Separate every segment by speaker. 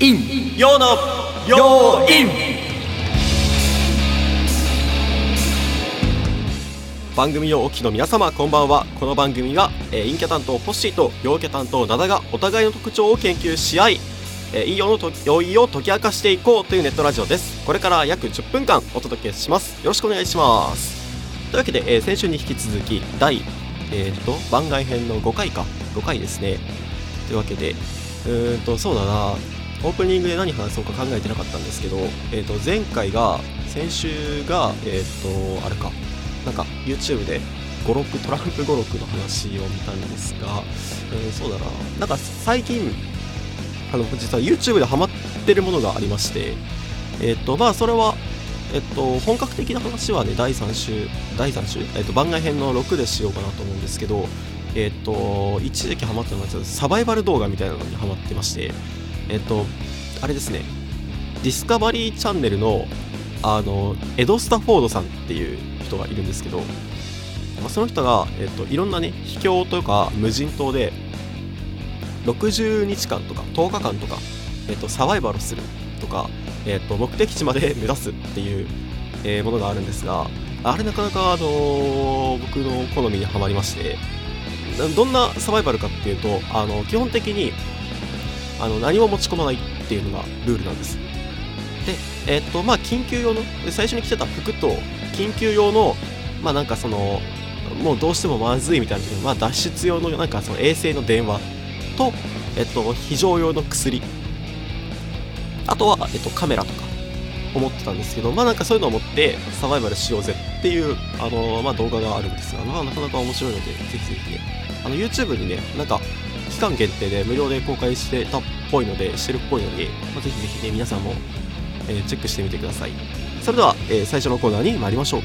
Speaker 1: 陰陽の陽陰。番組をお聞きの皆様、こんばんは。この番組は、陰キャ担当ホッシーと陽キャ担当ナダがお互いの特徴を研究し合い、陰陽の陽陰を解き明かしていこうというネットラジオです。これから約10分間お届けします。よろしくお願いします。というわけで、先週に引き続き番外編の5回ですね。というわけでそうだな、オープニングで何話そうか考えてなかったんですけど、先週があれか、なんか YouTube でトランプ語録の話を見たんですが、そうだな、なんか最近実は YouTube でハマってるものがありまして、それは本格的な話はね、第3週、番外編の6でしようかなと思うんですけど、一時期ハマったのはサバイバル動画みたいなのにハマってまして、あれですね、ディスカバリーチャンネルのエド・スタフォードさんっていう人がいるんですけど、その人が、いろんなね、秘境とか無人島で60日間とか10日間とか、サバイバルするとか、目的地まで目指すっていう、ものがあるんですが、あれなかなか、僕の好みにはまりまして、どんなサバイバルかっていうと、基本的に何も持ち込まないっていうのがルールなんです。で、緊急用の最初に着てた服と緊急用のなんかもうどうしてもまずいみたいな時に、脱出用のなんか衛星の電話と非常用の薬、あとはカメラとか思ってたんですけど、なんかそういうのを持ってサバイバルしようぜっていう動画があるんですが、なかなか面白いので、ぜひぜひね、YouTube にね、なんか期間限定で無料で公開してるっぽいので、ぜひぜひね、皆さんも、チェックしてみてください。それでは、最初のコーナーに参りましょう。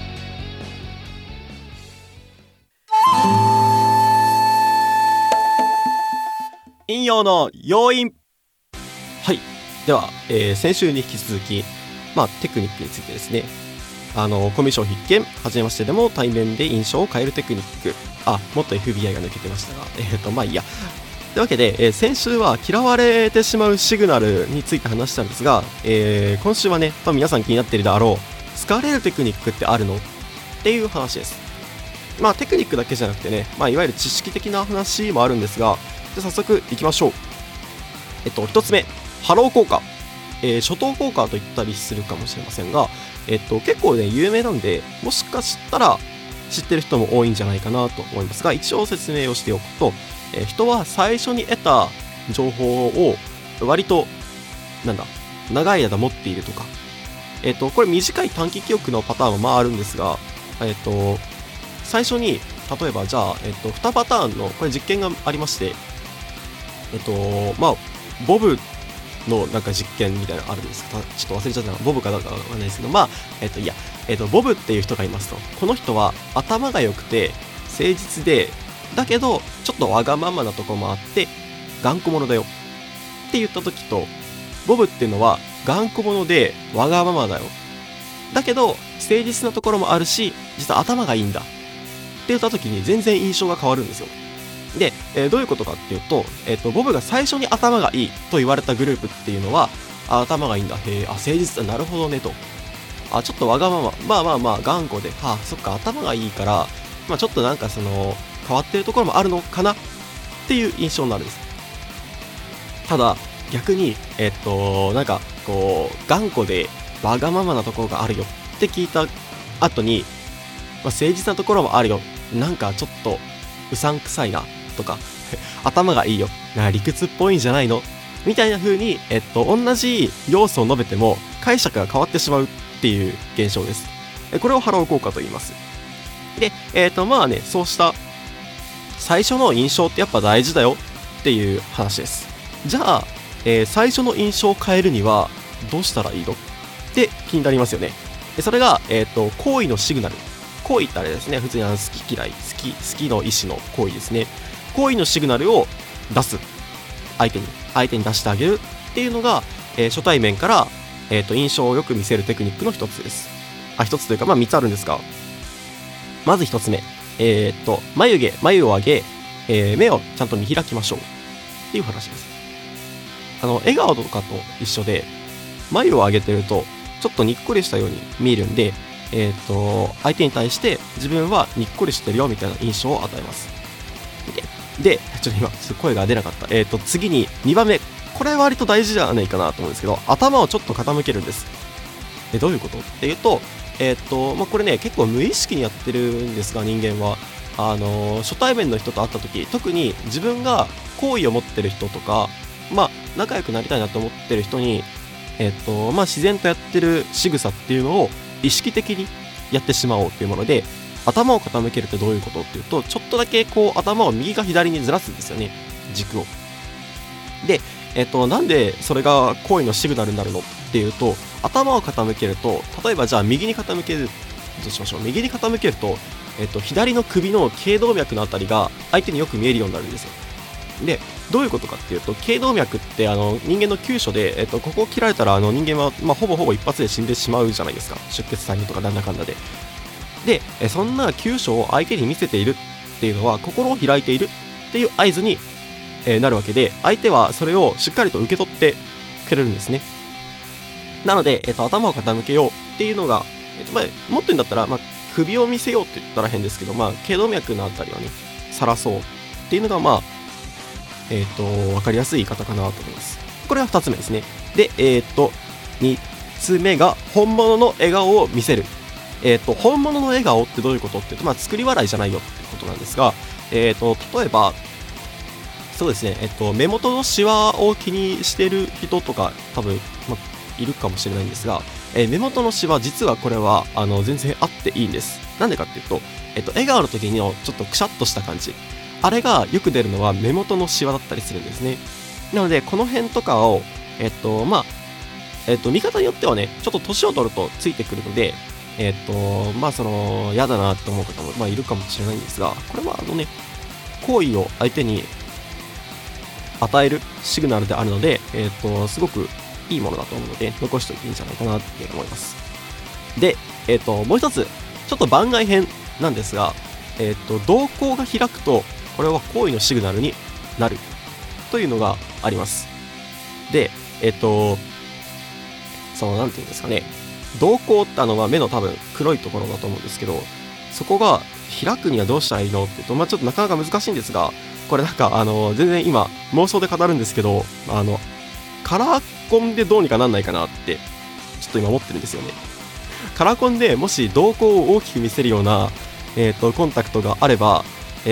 Speaker 1: 陰陽の陽陰。はい。では、先週に引き続き、テクニックについてですね、コミュ障必見、初めましてでも対面で印象を変えるテクニック。もっと FBI が抜けてましたが、いいや。というわけで、先週は嫌われてしまうシグナルについて話したんですが、今週はね、多分皆さん気になっているであろう、疲れるテクニックってあるのっていう話です。テクニックだけじゃなくてね、いわゆる知識的な話もあるんですが、じゃあ早速いきましょう。一つ目、ハロー効果。初等効果と言ったりするかもしれませんが、結構ね、有名なんで、もしかしたら知ってる人も多いんじゃないかなと思いますが、一応説明をしておくと、人は最初に得た情報を割と長い間持っているとか、これ短い短期記憶のパターンもあるんですが、最初に例えばじゃあ、2パターンのこれ実験がありまして、ボブのなんか実験みたいなのあるんですけど、ちょっと忘れちゃったな、ボブかなんかわかんないですけど、ボブっていう人がいますと。この人は頭が良くて誠実で、だけどちょっとわがままなとこもあって頑固者だよって言った時と、ボブっていうのは頑固者でわがままだよ、だけど誠実なところもあるし実は頭がいいんだって言った時に全然印象が変わるんですよ。で、どういうことかっていうと、ボブが最初に頭がいいと言われたグループっていうのは、頭がいいんだ、誠実だ、なるほどねと、ちょっとわがまま、頑固で、そっか、頭がいいから、ちょっとなんか変わってるところもあるのかなっていう印象になるんです。ただ逆になんかこう頑固でわがままなところがあるよって聞いた後に、誠実なところもあるよ、なんかちょっとうさんくさいなとか頭がいいよ、理屈っぽいんじゃないのみたいな風に、同じ要素を述べても解釈が変わってしまうっていう現象です。これをハロー効果と言います。で、そうした最初の印象ってやっぱ大事だよっていう話です。じゃあ、最初の印象を変えるにはどうしたらいいのって気になりますよね。それが、行為のシグナル。行為ってあれですね、普通に好き嫌い、好きの意思の行為ですね。行為のシグナルを出す、相手に出してあげるっていうのが、初対面から、印象をよく見せるテクニックの一つです。一つというか3つあるんですが、まず一つ目、眉を上げ、目をちゃんと見開きましょうっていう話です。 笑顔とかと一緒で、眉を上げてるとちょっとにっこりしたように見えるんで、相手に対して自分はにっこりしてるよみたいな印象を与えます。でちょっと今声が出なかった。次に2番目、これは割と大事じゃないかなと思うんですけど、頭をちょっと傾けるんです。どういうことっていうと、これね結構無意識にやってるんですが、人間は初対面の人と会った時、特に自分が好意を持ってる人とか、仲良くなりたいなと思ってる人に、自然とやってる仕草っていうのを意識的にやってしまおうというもので、頭を傾けるってどういうことっていうと、ちょっとだけこう頭を右か左にずらすんですよね、軸を。で、なんでそれが好意のシグナルになるのっていうと、頭を傾けると、例えばじゃあ右に傾けるとしましょう。右に傾けると、左の首の頸動脈のあたりが相手によく見えるようになるんですよ。で、どういうことかっていうと、頸動脈って人間の急所で、ここを切られたら人間は、ほぼほぼ一発で死んでしまうじゃないですか。出血再現とかなんだかんだで。で、そんな急所を相手に見せているっていうのは、心を開いているっていう合図に、なるわけで、相手はそれをしっかりと受け取ってくれるんですね。なので、頭を傾けようっていうのが、もっと言うんだったら、首を見せようって言ったら変ですけど、頸動脈のあたりはね、さらそうっていうのが、わかりやすい言い方かなと思います。これは2つ目ですね。で、3つ目が、本物の笑顔を見せる。本物の笑顔ってどういうことって言うと、作り笑いじゃないよってことなんですが、例えば、そうですね、目元のシワを気にしてる人とか多分、いるかもしれないんですが、目元のシワ、実はこれは全然あっていいんです。なんでかっていうと、笑顔の時にのちょっとくしゃっとした感じ、あれがよく出るのは目元のシワだったりするんですね。なのでこの辺とかを見方によってはね、ちょっと年を取るとついてくるので、嫌だなって思う方もいるかもしれないんですが、これは好意を相手に与えるシグナルであるので、すごくいいものだと思うので、残しておいていいんじゃないかなって思います。で、もう一つ、ちょっと番外編なんですが、瞳孔が開くと、これは好意のシグナルになるというのがあります。で、なんていうんですかね、瞳孔って目の多分黒いところだと思うんですけど、そこが開くにはどうしたらいいのって言うと、ちょっとなかなか難しいんですが、これ全然今妄想で語るんですけど、カラーコンでどうにかなんないかなってちょっと今思ってるんですよね。カラコンでもし瞳孔を大きく見せるような、コンタクトがあれば、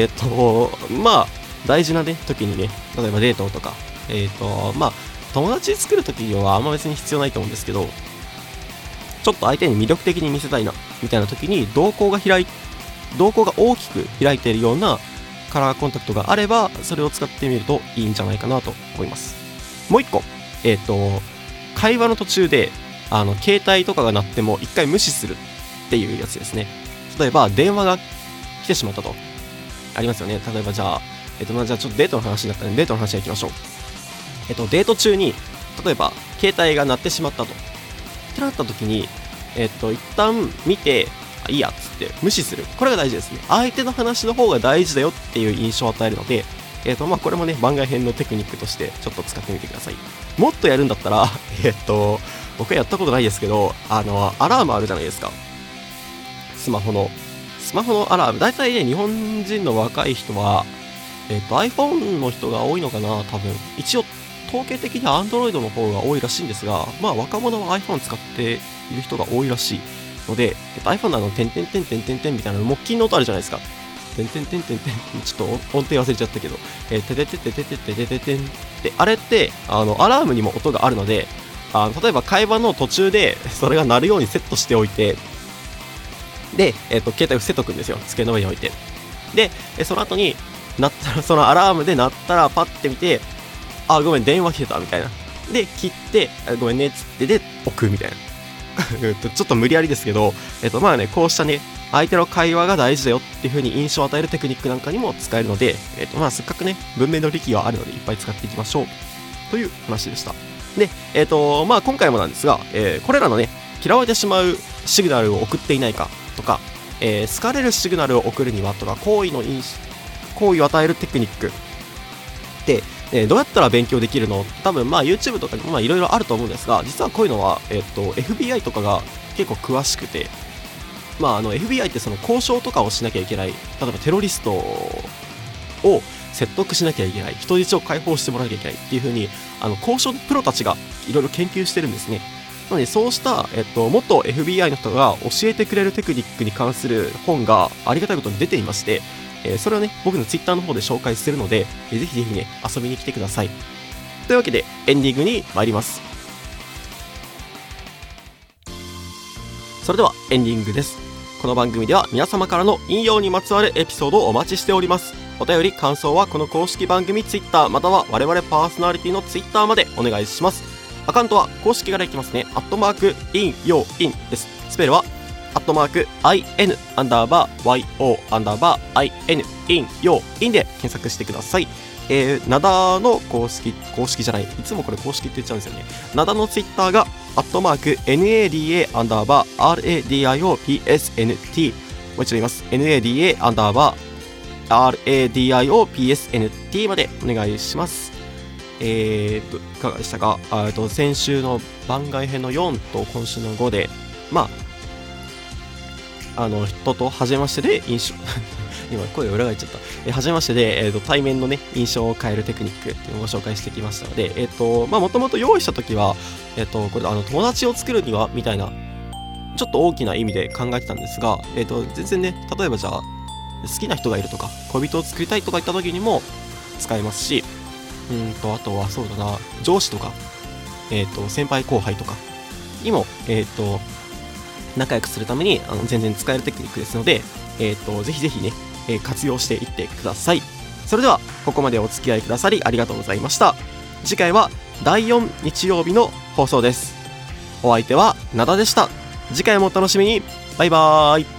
Speaker 1: 大事なね時にね、例えばデートとか、友達作る時にはあんま別に必要ないと思うんですけど、ちょっと相手に魅力的に見せたいなみたいな時に瞳孔が大きく開いているようなカラーコンタクトがあれば、それを使ってみるといいんじゃないかなと思います。もう一個、会話の途中で携帯とかが鳴っても一回無視するっていうやつですね。例えば電話が来てしまったとありますよね。例えばじゃあちょっとデートの話になったのでデートの話に行きましょう。デート中に例えば携帯が鳴ってしまったとってなった時に、一旦見ていいやっつって無視する。これが大事ですね。相手の話の方が大事だよっていう印象を与えるので、これもね番外編のテクニックとしてちょっと使ってみてください。もっとやるんだったら僕はやったことないですけど、アラームあるじゃないですか。スマホのアラーム、大体ね日本人の若い人はiPhone の人が多いのかな。多分一応統計的には Android の方が多いらしいんですが、若者は iPhone 使っている人が多いらしいので、iPhone のてんてんてんてんてんてんみたいな木琴の音あるじゃないですか。てんてんてんてんてん、ちょっと音程忘れちゃったけど、ててててててててててんで、あれってアラームにも音があるので、例えば会話の途中でそれが鳴るようにセットしておいて、で、携帯を伏せとくんですよ。机の上に置いて。で、その後に鳴ったら、そのアラームで鳴ったらパッて見て、ごめん電話来てたみたいな。で切ってごめんねっつってで置くみたいなちょっと無理やりですけど、こうしたね相手の会話が大事だよっていう風に印象を与えるテクニックなんかにも使えるので、せっかくね文明の利器はあるのでいっぱい使っていきましょうという話でした。で、今回もなんですが、これらのね嫌われてしまうシグナルを送っていないかとか、好かれるシグナルを送るにはとか、好意を与えるテクニックで、 どうやったら勉強できるの？多分YouTube とかにいろいろあると思うんですが、実はこういうのは、FBI とかが結構詳しくて、FBI ってその交渉とかをしなきゃいけない、例えばテロリストを説得しなきゃいけない、人質を解放してもらわなきゃいけないっていう風に交渉プロたちがいろいろ研究してるんですね。なのでそうした、元 FBI の人が教えてくれるテクニックに関する本がありがたいことに出ていまして、それをね僕の Twitter の方で紹介してるので、ぜひぜひね遊びに来てください。というわけでエンディングに参ります。それではエンディングです。この番組では皆様からの引用にまつわるエピソードをお待ちしております。お便り感想はこの公式番組 Twitter または我々パーソナリティの Twitter までお願いします。アカウントは公式からいきますね。@in です。スペルは@in_yo_in in で検索してください。ナダの公式じゃない、いつもこれ公式って言っちゃうんですよね。ナダのツイッターが@NADA_RADIOPSNT、 もう一度言います。NADA_RADIOPSNT までお願いします。いかがでしたか？先週の番外編の4と今週の5で人と初めましてで印象今声が裏返っちゃった。初めましてで、対面のね印象を変えるテクニックっていうのをご紹介してきましたので、もともと用意した時はこれ友達を作るにはみたいなちょっと大きな意味で考えてたんですが、全然ね、例えばじゃあ好きな人がいるとか恋人を作りたいとか言った時にも使えますし、あとはそうだな、上司とか先輩後輩とかにも仲良くするために全然使えるテクニックですので、ぜひぜひね、活用していってください。それではここまでお付き合いくださりありがとうございました。次回は第4日曜日の放送です。お相手はナダでした。次回もお楽しみに。バイバーイ。